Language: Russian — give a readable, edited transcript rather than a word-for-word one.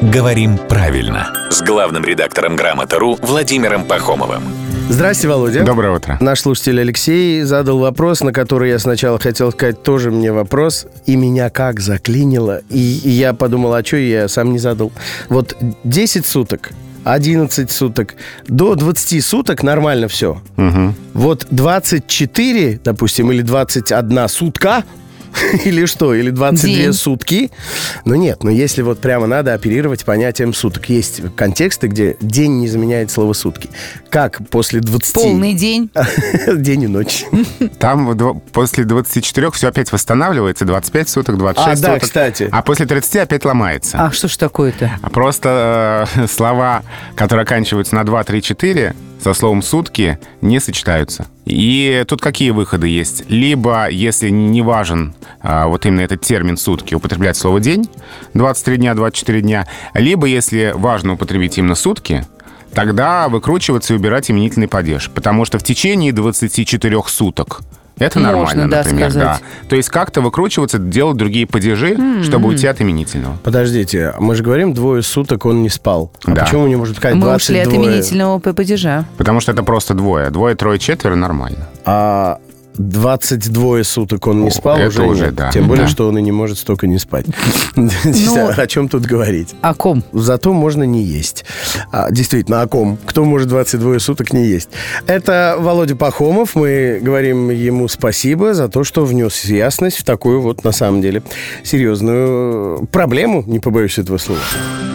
«Говорим правильно» с главным редактором «Грамота.ру» Владимиром Пахомовым. Здрасте, Володя. Доброе утро. Наш слушатель Алексей задал вопрос, на который я сначала хотел сказать тоже мне вопрос, и меня как заклинило. И я подумал, а что я сам не задал? Вот 10 суток, 11 суток, до 20 суток нормально все. Угу. Вот 24, допустим, или 21 сутка, или что, или 22 День. сутки. Ну нет, если вот прямо надо оперировать понятием суток. Есть контексты, где день не заменяет слово сутки. Как после 20... Полный день. День и ночь. Там после 24 все опять восстанавливается, 25 суток, 26 да, суток. кстати. А после 30 опять ломается. А что ж такое-то? Просто слова, которые оканчиваются на 2, 3, 4, со словом «сутки» не сочетаются. И тут какие выходы есть? Либо, если не важен вот именно этот термин «сутки», употреблять слово «день», 23 дня, 24 дня. Либо, если важно употребить именно «сутки», тогда выкручиваться и убирать именительный падеж. Потому что в течение 24 суток это нормально, можно, да, например. сказать. То есть как-то выкручиваться, делать другие падежи, чтобы уйти от именительного. Подождите, мы же говорим, 2 суток он не спал. А Да. почему не может сказать Мы 22? ушли от именительного падежа. Потому что это просто двое. 2, 3, 4 нормально. А 22 суток он не спал, это уже, нет. да. Тем более, Да. что он и не может столько не спать. О чем тут говорить? О ком? Зато можно не есть. Действительно, о ком? Кто может 22 суток не есть? Это Володя Пахомов. Мы говорим ему спасибо за то, что внес ясность в такую вот, на самом деле, серьезную проблему, не побоюсь этого слова.